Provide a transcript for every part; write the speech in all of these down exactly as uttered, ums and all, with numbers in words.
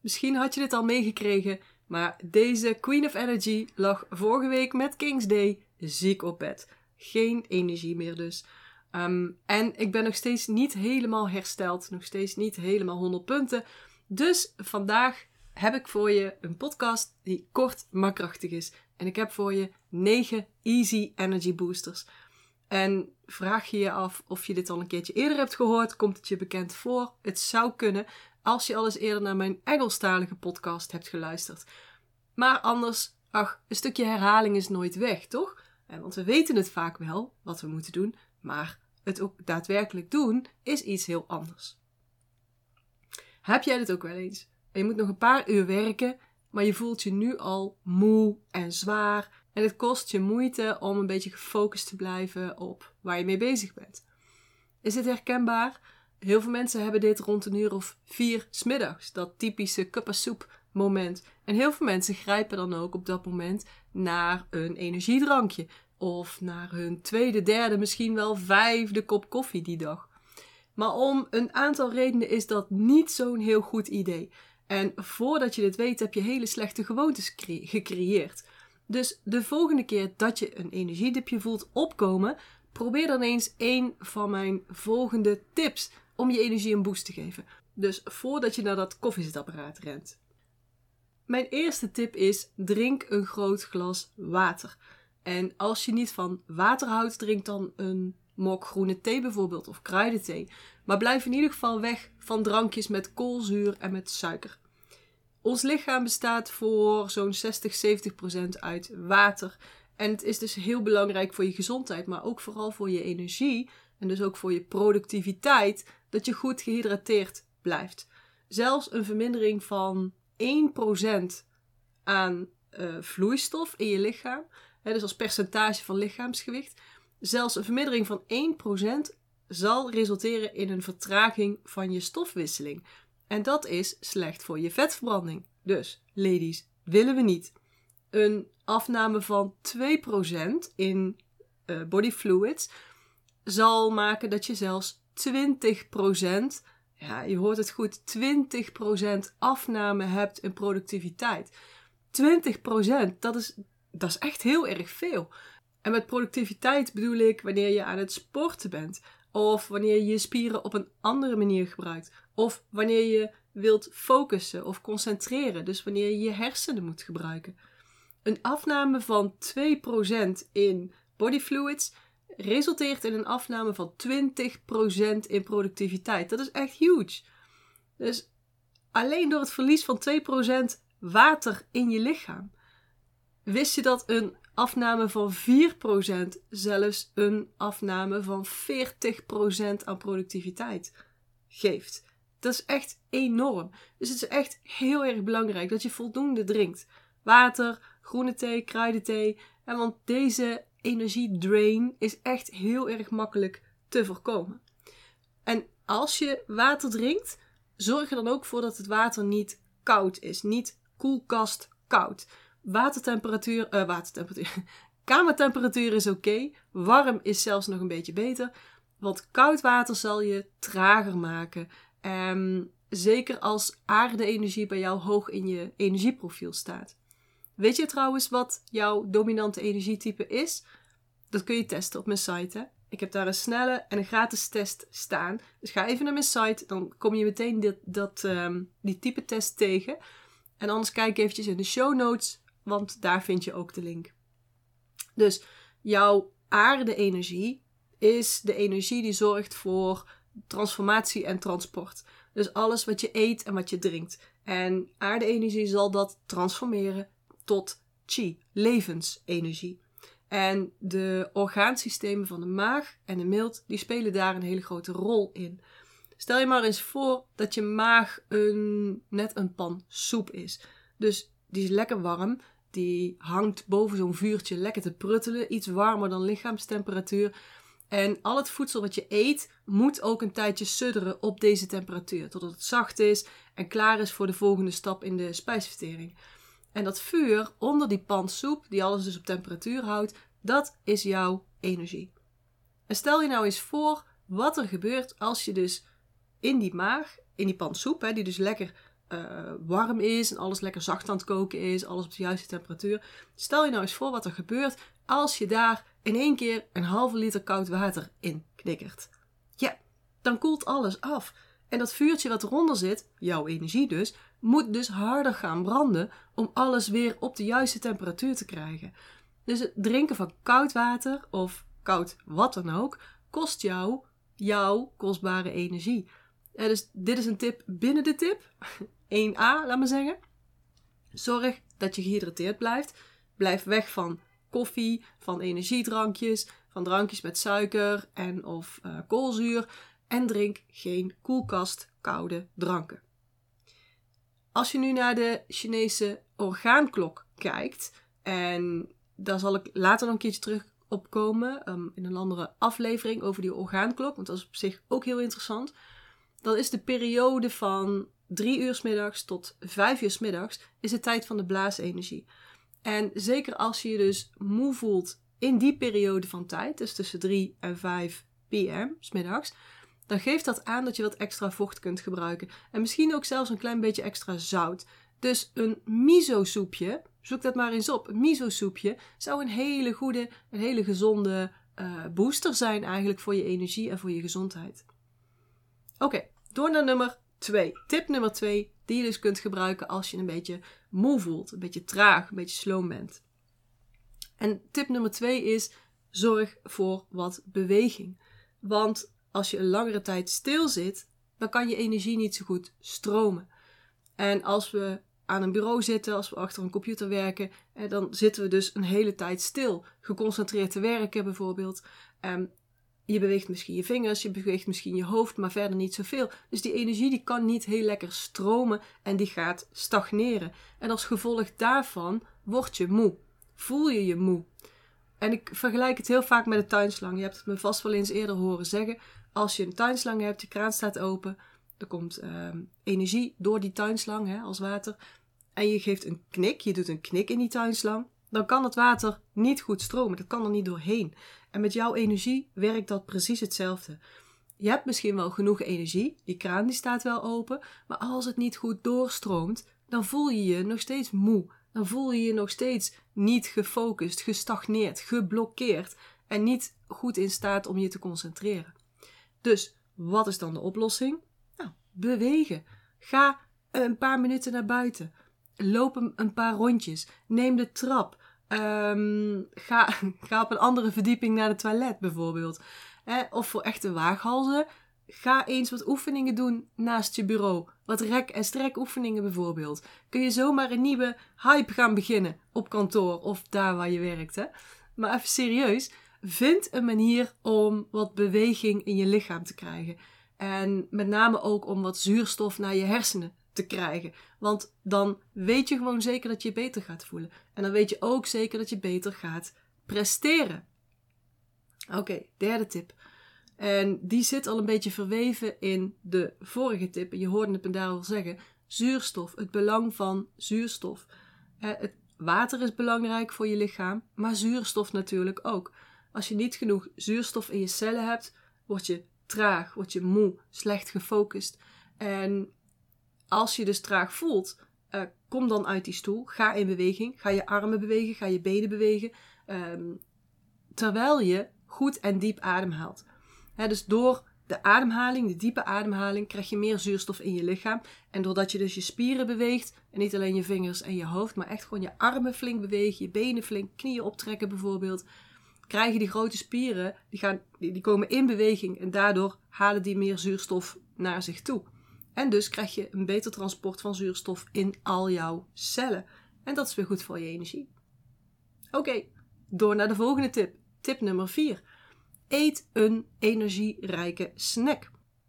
Misschien had je dit al meegekregen, maar deze Queen of Energy lag vorige week met King's Day ziek op bed. Geen energie meer dus. Um, en ik ben nog steeds niet helemaal hersteld, nog steeds niet helemaal honderd punten. Dus vandaag heb ik voor je een podcast die kort maar krachtig is. En ik heb voor je negen Easy Energy Boosters. En vraag je je af of je dit al een keertje eerder hebt gehoord, komt het je bekend voor? Het zou kunnen als je al eens eerder naar mijn Engelstalige podcast hebt geluisterd. Maar anders, ach, een stukje herhaling is nooit weg, toch? Want we weten het vaak wel, wat we moeten doen, maar het ook daadwerkelijk doen is iets heel anders. Heb jij dit ook wel eens? En je moet nog een paar uur werken, maar je voelt je nu al moe en zwaar. En het kost je moeite om een beetje gefocust te blijven op waar je mee bezig bent. Is dit herkenbaar? Heel veel mensen hebben dit rond een uur of vier 's middags. Dat typische cup of soep moment. En heel veel mensen grijpen dan ook op dat moment naar een energiedrankje. Of naar hun tweede, derde, misschien wel vijfde kop koffie die dag. Maar om een aantal redenen is dat niet zo'n heel goed idee. En voordat je dit weet heb je hele slechte gewoontes cre- gecreëerd. Dus de volgende keer dat je een energiedipje voelt opkomen, probeer dan eens één van mijn volgende tips om je energie een boost te geven. Dus voordat je naar dat koffiezetapparaat rent. Mijn eerste tip is, drink een groot glas water. En als je niet van water houdt, drink dan een mok groene thee bijvoorbeeld of kruidenthee. Maar blijf in ieder geval weg van drankjes met koolzuur en met suiker. Ons lichaam bestaat voor zo'n zestig, zeventig procent uit water. En het is dus heel belangrijk voor je gezondheid, maar ook vooral voor je energie en dus ook voor je productiviteit, dat je goed gehydrateerd blijft. Zelfs een vermindering van één procent aan uh, vloeistof in je lichaam, hè, dus als percentage van lichaamsgewicht, zelfs een vermindering van één procent zal resulteren in een vertraging van je stofwisseling. En dat is slecht voor je vetverbranding. Dus, ladies, willen we niet. Een afname van twee procent in uh, body fluids zal maken dat je zelfs twintig procent, ja, je hoort het goed, twintig procent afname hebt in productiviteit. twintig procent, dat is, dat is echt heel erg veel. En met productiviteit bedoel ik wanneer je aan het sporten bent. Of wanneer je je spieren op een andere manier gebruikt. Of wanneer je wilt focussen of concentreren. Dus wanneer je je hersenen moet gebruiken. Een afname van twee procent in body fluids resulteert in een afname van twintig procent in productiviteit. Dat is echt huge. Dus alleen door het verlies van twee procent water in je lichaam. Wist je dat een afname van vier procent zelfs een afname van veertig procent aan productiviteit geeft? Dat is echt enorm. Dus het is echt heel erg belangrijk dat je voldoende drinkt. Water, groene thee, kruidenthee. En want deze energiedrain is echt heel erg makkelijk te voorkomen. En als je water drinkt, zorg er dan ook voor dat het water niet koud is. Niet koelkast koud. Watertemperatuur, uh, watertemperatuur, kamertemperatuur is oké. Okay. Warm is zelfs nog een beetje beter. Want koud water zal je trager maken. Um, zeker als aarde-energie bij jou hoog in je energieprofiel staat. Weet je trouwens wat jouw dominante energietype is? Dat kun je testen op mijn site. Hè? Ik heb daar een snelle en een gratis test staan. Dus ga even naar mijn site. Dan kom je meteen dit, dat, um, die type test tegen. En anders kijk eventjes in de show notes. Want daar vind je ook de link. Dus jouw aarde-energie is de energie die zorgt voor transformatie en transport. Dus alles wat je eet en wat je drinkt. En aarde-energie zal dat transformeren tot chi, levensenergie. En de orgaansystemen van de maag en de milt, die spelen daar een hele grote rol in. Stel je maar eens voor dat je maag een, net een pan soep is. Dus die is lekker warm. Die hangt boven zo'n vuurtje lekker te pruttelen. Iets warmer dan lichaamstemperatuur. En al het voedsel wat je eet moet ook een tijdje sudderen op deze temperatuur. Totdat het zacht is en klaar is voor de volgende stap in de spijsvertering. En dat vuur onder die pan soep, die alles dus op temperatuur houdt, dat is jouw energie. En stel je nou eens voor wat er gebeurt als je dus in die maag, in die pan soep, hè, die dus lekker uh, warm is en alles lekker zacht aan het koken is, alles op de juiste temperatuur. Stel je nou eens voor wat er gebeurt als je daar in één keer een halve liter koud water in knikkert. Ja, dan koelt alles af. En dat vuurtje wat eronder zit, jouw energie dus, moet dus harder gaan branden om alles weer op de juiste temperatuur te krijgen. Dus het drinken van koud water of koud wat dan ook, kost jou jouw kostbare energie. En dus dit is een tip binnen de tip. één a, laat maar zeggen. Zorg dat je gehydrateerd blijft. Blijf weg van koffie, van energiedrankjes, van drankjes met suiker en of uh, koolzuur. En drink geen koelkast koude dranken. Als je nu naar de Chinese orgaanklok kijkt, en daar zal ik later nog een keertje terug op komen, um, in een andere aflevering over die orgaanklok, want dat is op zich ook heel interessant. Dan is de periode van drie uur 's middags tot vijf uur 's middags is de tijd van de blaasenergie. En zeker als je je dus moe voelt in die periode van tijd, dus tussen drie en vijf p m 's middags, dan geeft dat aan dat je wat extra vocht kunt gebruiken. En misschien ook zelfs een klein beetje extra zout. Dus een miso-soepje, zoek dat maar eens op. Een miso-soepje zou een hele goede, een hele gezonde uh, booster zijn eigenlijk voor je energie en voor je gezondheid. Oké, okay, door naar nummer twee. Tip nummer twee, die je dus kunt gebruiken als je een beetje moe voelt. Een beetje traag, een beetje sloom bent. En tip nummer twee is, zorg voor wat beweging. Want als je een langere tijd stil zit, dan kan je energie niet zo goed stromen. En als we aan een bureau zitten, als we achter een computer werken, dan zitten we dus een hele tijd stil. Geconcentreerd te werken bijvoorbeeld. Um, je beweegt misschien je vingers, je beweegt misschien je hoofd, maar verder niet zoveel. Dus die energie die kan niet heel lekker stromen en die gaat stagneren. En als gevolg daarvan word je moe. Voel je je moe. En ik vergelijk het heel vaak met de tuinslang. Je hebt het me vast wel eens eerder horen zeggen. Als je een tuinslang hebt, je kraan staat open, er komt uh, energie door die tuinslang hè, als water. En je geeft een knik, je doet een knik in die tuinslang. Dan kan het water niet goed stromen, dat kan er niet doorheen. En met jouw energie werkt dat precies hetzelfde. Je hebt misschien wel genoeg energie, die kraan die staat wel open. Maar als het niet goed doorstroomt, dan voel je je nog steeds moe. Dan voel je je nog steeds niet gefocust, gestagneerd, geblokkeerd. En niet goed in staat om je te concentreren. Dus, wat is dan de oplossing? Nou, bewegen. Ga een paar minuten naar buiten. Loop een paar rondjes. Neem de trap. Um, ga, ga op een andere verdieping naar de toilet bijvoorbeeld. Eh, of voor echte waaghalzen. Ga eens wat oefeningen doen naast je bureau. Wat rek- en strek oefeningen bijvoorbeeld. Kun je zomaar een nieuwe hype gaan beginnen op kantoor of daar waar je werkt. Hè? Maar even serieus. Vind een manier om wat beweging in je lichaam te krijgen. En met name ook om wat zuurstof naar je hersenen te krijgen. Want dan weet je gewoon zeker dat je je beter gaat voelen. En dan weet je ook zeker dat je beter gaat presteren. Oké, okay, derde tip. En die zit al een beetje verweven in de vorige tip. En je hoorde het me daar al zeggen. Zuurstof, het belang van zuurstof. Eh, het water is belangrijk voor je lichaam, maar zuurstof natuurlijk ook. Als je niet genoeg zuurstof in je cellen hebt, word je traag, word je moe, slecht gefocust. En als je dus traag voelt, uh, kom dan uit die stoel. Ga in beweging. Ga je armen bewegen, ga je benen bewegen. Um, terwijl je goed en diep ademhaalt. He, dus door de ademhaling, de diepe ademhaling, krijg je meer zuurstof in je lichaam. En doordat je dus je spieren beweegt, en niet alleen je vingers en je hoofd, maar echt gewoon je armen flink bewegen, je benen flink, knieën optrekken bijvoorbeeld, krijgen die grote spieren, die, gaan, die, die komen in beweging en daardoor halen die meer zuurstof naar zich toe. En dus krijg je een beter transport van zuurstof in al jouw cellen. En dat is weer goed voor je energie. Oké, okay, door naar de volgende tip. Tip nummer vier. Eet een energierijke snack.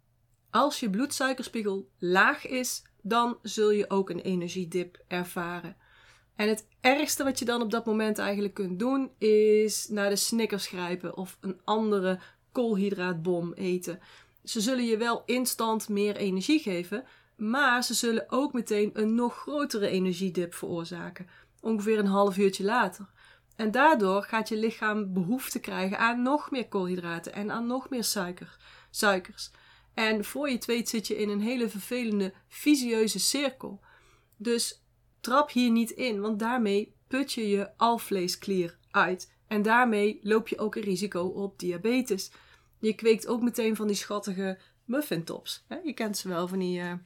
Als je bloedsuikerspiegel laag is, dan zul je ook een energiedip ervaren. En het ergste wat je dan op dat moment eigenlijk kunt doen, is naar de Snickers grijpen of een andere koolhydraatbom eten. Ze zullen je wel instant meer energie geven, maar ze zullen ook meteen een nog grotere energiedip veroorzaken. Ongeveer een half uurtje later. En daardoor gaat je lichaam behoefte krijgen aan nog meer koolhydraten en aan nog meer suiker, suikers. En voor je het weet zit je in een hele vervelende, visieuze cirkel. Dus trap hier niet in, want daarmee put je je alvleesklier uit. En daarmee loop je ook een risico op diabetes. Je kweekt ook meteen van die schattige muffintops. Je kent ze wel, van die uh,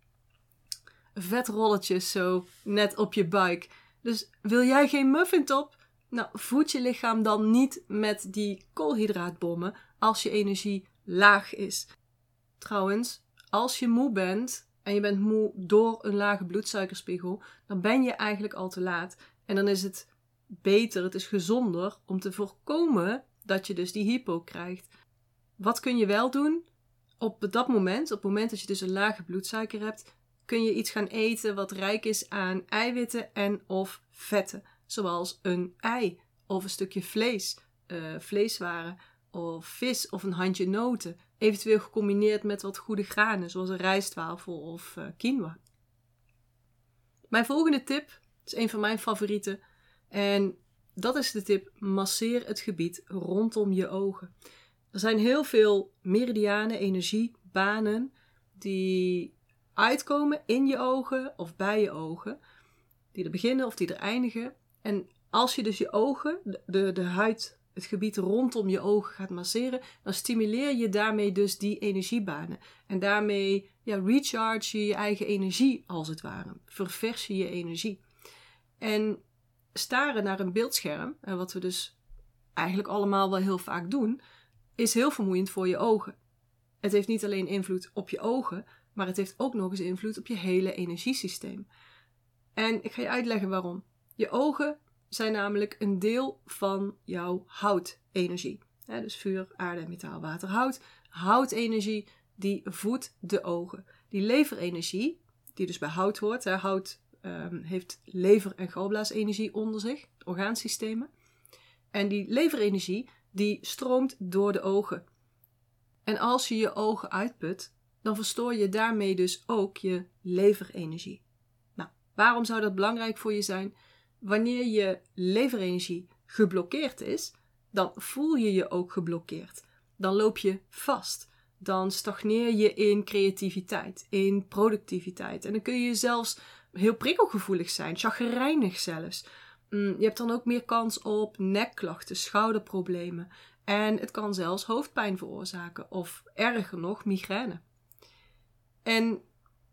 vetrolletjes zo net op je buik. Dus wil jij geen muffintop? Nou, voed je lichaam dan niet met die koolhydraatbommen als je energie laag is. Trouwens, als je moe bent en je bent moe door een lage bloedsuikerspiegel, dan ben je eigenlijk al te laat. En dan is het beter, het is gezonder om te voorkomen dat je dus die hypo krijgt. Wat kun je wel doen? Op dat moment, op het moment dat je dus een lage bloedsuiker hebt, kun je iets gaan eten wat rijk is aan eiwitten en of vetten. Zoals een ei of een stukje vlees, uh, vleeswaren of vis of een handje noten. Eventueel gecombineerd met wat goede granen, zoals een rijstwafel of uh, quinoa. Mijn volgende tip is een van mijn favorieten. En dat is de tip: masseer het gebied rondom je ogen. Er zijn heel veel meridianen, energiebanen, die uitkomen in je ogen of bij je ogen. Die er beginnen of die er eindigen. En als je dus je ogen, de, de huid, het gebied rondom je ogen gaat masseren, dan stimuleer je daarmee dus die energiebanen. En daarmee ja, recharge je je eigen energie als het ware. Ververs je je energie. En staren naar een beeldscherm, en wat we dus eigenlijk allemaal wel heel vaak doen, is heel vermoeiend voor je ogen. Het heeft niet alleen invloed op je ogen, maar het heeft ook nog eens invloed op je hele energiesysteem. En ik ga je uitleggen waarom. Je ogen zijn namelijk een deel van jouw houtenergie. Ja, dus vuur, aarde, metaal, water, hout. Houtenergie, die voedt de ogen. Die leverenergie, die dus bij hout hoort. Hè, hout um, heeft lever- en galblaasenergie onder zich, orgaansystemen. En die leverenergie, die stroomt door de ogen. En als je je ogen uitput, dan verstoor je daarmee dus ook je leverenergie. Nou, waarom zou dat belangrijk voor je zijn? Wanneer je leverenergie geblokkeerd is, dan voel je je ook geblokkeerd. Dan loop je vast. Dan stagneer je in creativiteit, in productiviteit. En dan kun je zelfs heel prikkelgevoelig zijn, chagrijnig zelfs. Je hebt dan ook meer kans op nekklachten, schouderproblemen. En het kan zelfs hoofdpijn veroorzaken of erger nog, migraine. En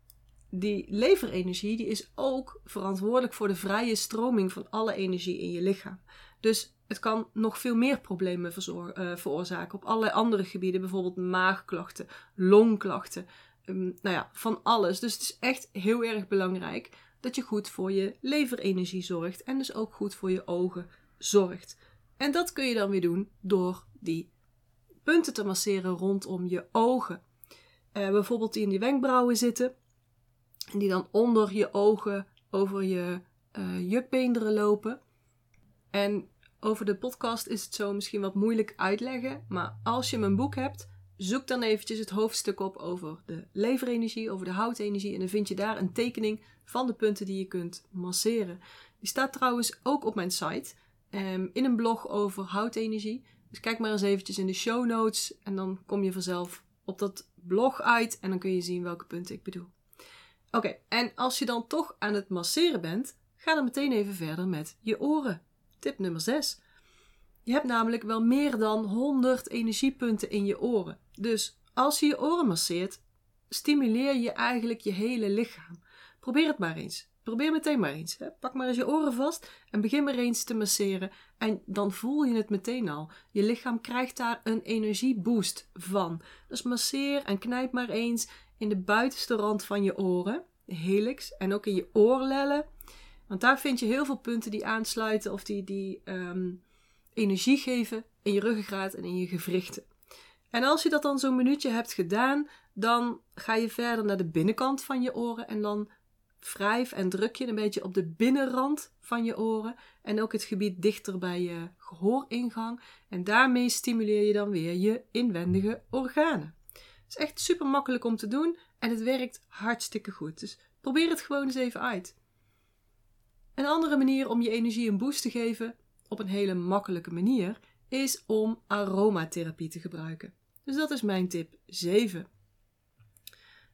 die leverenergie die is ook verantwoordelijk voor de vrije stroming van alle energie in je lichaam. Dus het kan nog veel meer problemen verzor- uh, veroorzaken op allerlei andere gebieden. Bijvoorbeeld maagklachten, longklachten, um, nou ja, van alles. Dus het is echt heel erg belangrijk dat je goed voor je leverenergie zorgt. En dus ook goed voor je ogen zorgt. En dat kun je dan weer doen door die punten te masseren rondom je ogen. Uh, bijvoorbeeld die in die wenkbrauwen zitten. En die dan onder je ogen over je uh, jukbeenderen lopen. En over de podcast is het zo misschien wat moeilijk uitleggen. Maar als je mijn boek hebt, zoek dan eventjes het hoofdstuk op over de leverenergie, over de houtenergie. En dan vind je daar een tekening van de punten die je kunt masseren. Die staat trouwens ook op mijn site. Um, in een blog over houtenergie. Dus kijk maar eens eventjes in de show notes. En dan kom je vanzelf op dat blog uit. En dan kun je zien welke punten ik bedoel. Oké, okay, en als je dan toch aan het masseren bent, ga dan meteen even verder met je oren. Tip nummer zes. Je hebt namelijk wel meer dan honderd energiepunten in je oren. Dus als je je oren masseert, stimuleer je eigenlijk je hele lichaam. Probeer het maar eens. Probeer meteen maar eens. Hè. Pak maar eens je oren vast en begin maar eens te masseren. En dan voel je het meteen al. Je lichaam krijgt daar een energieboost van. Dus masseer en knijp maar eens in de buitenste rand van je oren, de helix, en ook in je oorlellen. Want daar vind je heel veel punten die aansluiten of die, die um, energie geven in je ruggengraat en in je gewrichten. En als je dat dan zo'n minuutje hebt gedaan, dan ga je verder naar de binnenkant van je oren en dan wrijf en druk je een beetje op de binnenrand van je oren en ook het gebied dichter bij je gehooringang. En daarmee stimuleer je dan weer je inwendige organen. Het is echt super makkelijk om te doen en het werkt hartstikke goed. Dus probeer het gewoon eens even uit. Een andere manier om je energie een boost te geven, op een hele makkelijke manier, is om aromatherapie te gebruiken. Dus dat is mijn tip zeven.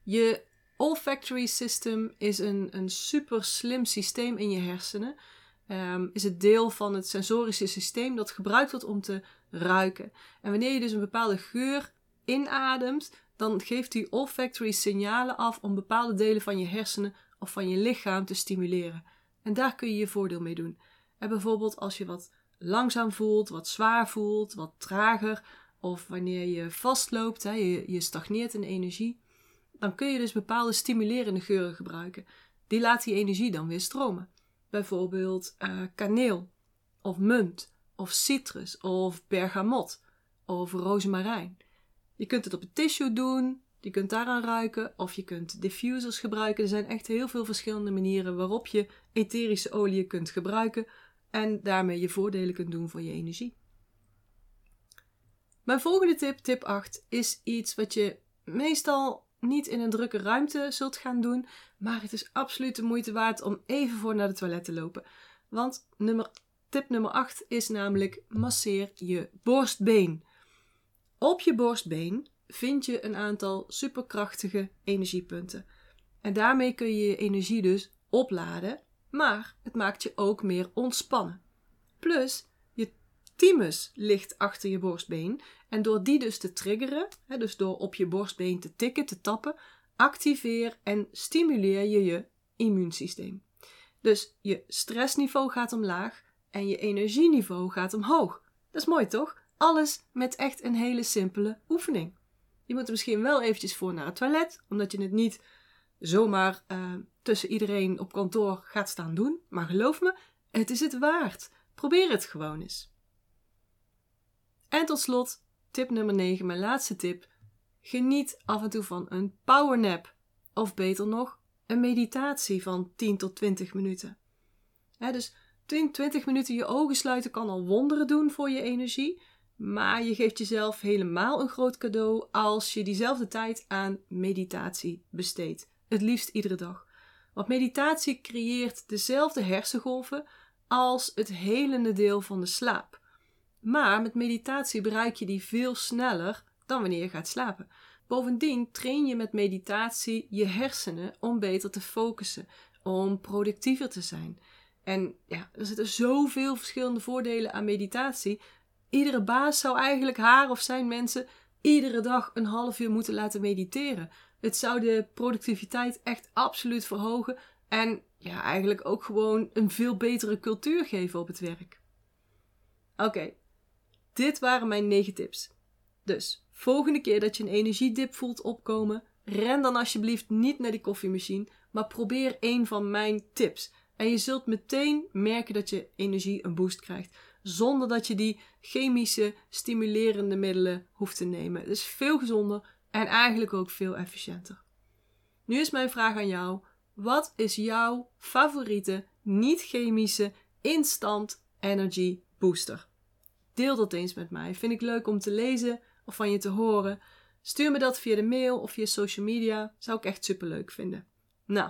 Je olfactory system is een, een super slim systeem in je hersenen. Um, is het deel van het sensorische systeem dat gebruikt wordt om te ruiken. En wanneer je dus een bepaalde geur inademt, dan geeft die olfactory signalen af om bepaalde delen van je hersenen of van je lichaam te stimuleren. En daar kun je je voordeel mee doen. En bijvoorbeeld als je wat langzaam voelt, wat zwaar voelt, wat trager, of wanneer je vastloopt, hè, je, je stagneert in energie, dan kun je dus bepaalde stimulerende geuren gebruiken. Die laten die energie dan weer stromen. Bijvoorbeeld uh, kaneel, of munt, of citrus, of bergamot, of rozemarijn. Je kunt het op een tissue doen, je kunt daaraan ruiken, of je kunt diffusers gebruiken. Er zijn echt heel veel verschillende manieren waarop je etherische oliën kunt gebruiken en daarmee je voordelen kunt doen voor je energie. Mijn volgende tip, tip acht, is iets wat je meestal niet in een drukke ruimte zult gaan doen, maar het is absoluut de moeite waard om even voor naar de toilet te lopen. Want nummer, tip nummer acht is namelijk masseer je borstbeen. Op je borstbeen vind je een aantal superkrachtige energiepunten. En daarmee kun je je energie dus opladen, maar het maakt je ook meer ontspannen. Plus, je thymus ligt achter je borstbeen en door die dus te triggeren, hè, dus door op je borstbeen te tikken, te tappen, activeer en stimuleer je je immuunsysteem. Dus je stressniveau gaat omlaag en je energieniveau gaat omhoog. Dat is mooi toch? Alles met echt een hele simpele oefening. Je moet er misschien wel eventjes voor naar het toilet, omdat je het niet zomaar uh, tussen iedereen op kantoor gaat staan doen. Maar geloof me, het is het waard. Probeer het gewoon eens. En tot slot, tip nummer negen, mijn laatste tip. Geniet af en toe van een powernap. Of beter nog, een meditatie van tien tot twintig minuten. Ja, dus tien, twintig minuten je ogen sluiten kan al wonderen doen voor je energie. Maar je geeft jezelf helemaal een groot cadeau als je diezelfde tijd aan meditatie besteedt. Het liefst iedere dag. Want meditatie creëert dezelfde hersengolven als het helende deel van de slaap. Maar met meditatie bereik je die veel sneller dan wanneer je gaat slapen. Bovendien train je met meditatie je hersenen om beter te focussen, om productiever te zijn. En ja, er zitten zoveel verschillende voordelen aan meditatie. Iedere baas zou eigenlijk haar of zijn mensen iedere dag een half uur moeten laten mediteren. Het zou de productiviteit echt absoluut verhogen en ja, eigenlijk ook gewoon een veel betere cultuur geven op het werk. Oké, okay, dit waren mijn negen tips. Dus, volgende keer dat je een energiedip voelt opkomen, ren dan alsjeblieft niet naar die koffiemachine, maar probeer een van mijn tips. En je zult meteen merken dat je energie een boost krijgt, zonder dat je die chemische stimulerende middelen hoeft te nemen. Het is veel gezonder en eigenlijk ook veel efficiënter. Nu is mijn vraag aan jou, wat is jouw favoriete niet-chemische instant energy booster? Deel dat eens met mij. Vind ik leuk om te lezen of van je te horen. Stuur me dat via de mail of via social media. Zou ik echt superleuk vinden. Nou,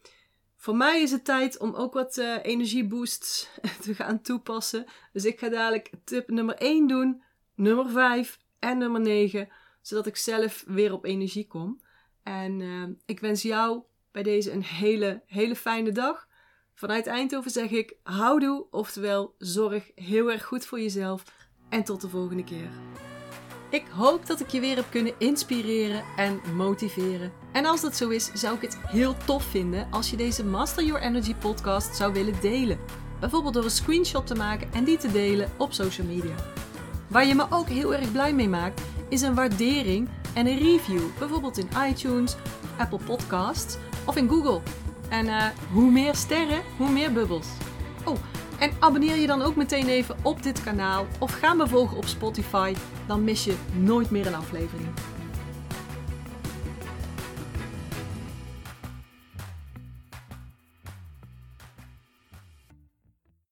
voor mij is het tijd om ook wat uh, energieboosts te gaan toepassen. Dus ik ga dadelijk tip nummer één doen, nummer vijf en nummer negen. Zodat ik zelf weer op energie kom. En uh, ik wens jou bij deze een hele, hele fijne dag. Vanuit Eindhoven zeg ik houdoe, oftewel zorg heel erg goed voor jezelf. En tot de volgende keer. Ik hoop dat ik je weer heb kunnen inspireren en motiveren. En als dat zo is, zou ik het heel tof vinden als je deze Master Your Energy podcast zou willen delen. Bijvoorbeeld door een screenshot te maken en die te delen op social media. Waar je me ook heel erg blij mee maakt, is een waardering en een review. Bijvoorbeeld in iTunes, Apple Podcasts of in Google. En uh, hoe meer sterren, hoe meer bubbels. Oh, en abonneer je dan ook meteen even op dit kanaal of ga me volgen op Spotify. Dan mis je nooit meer een aflevering.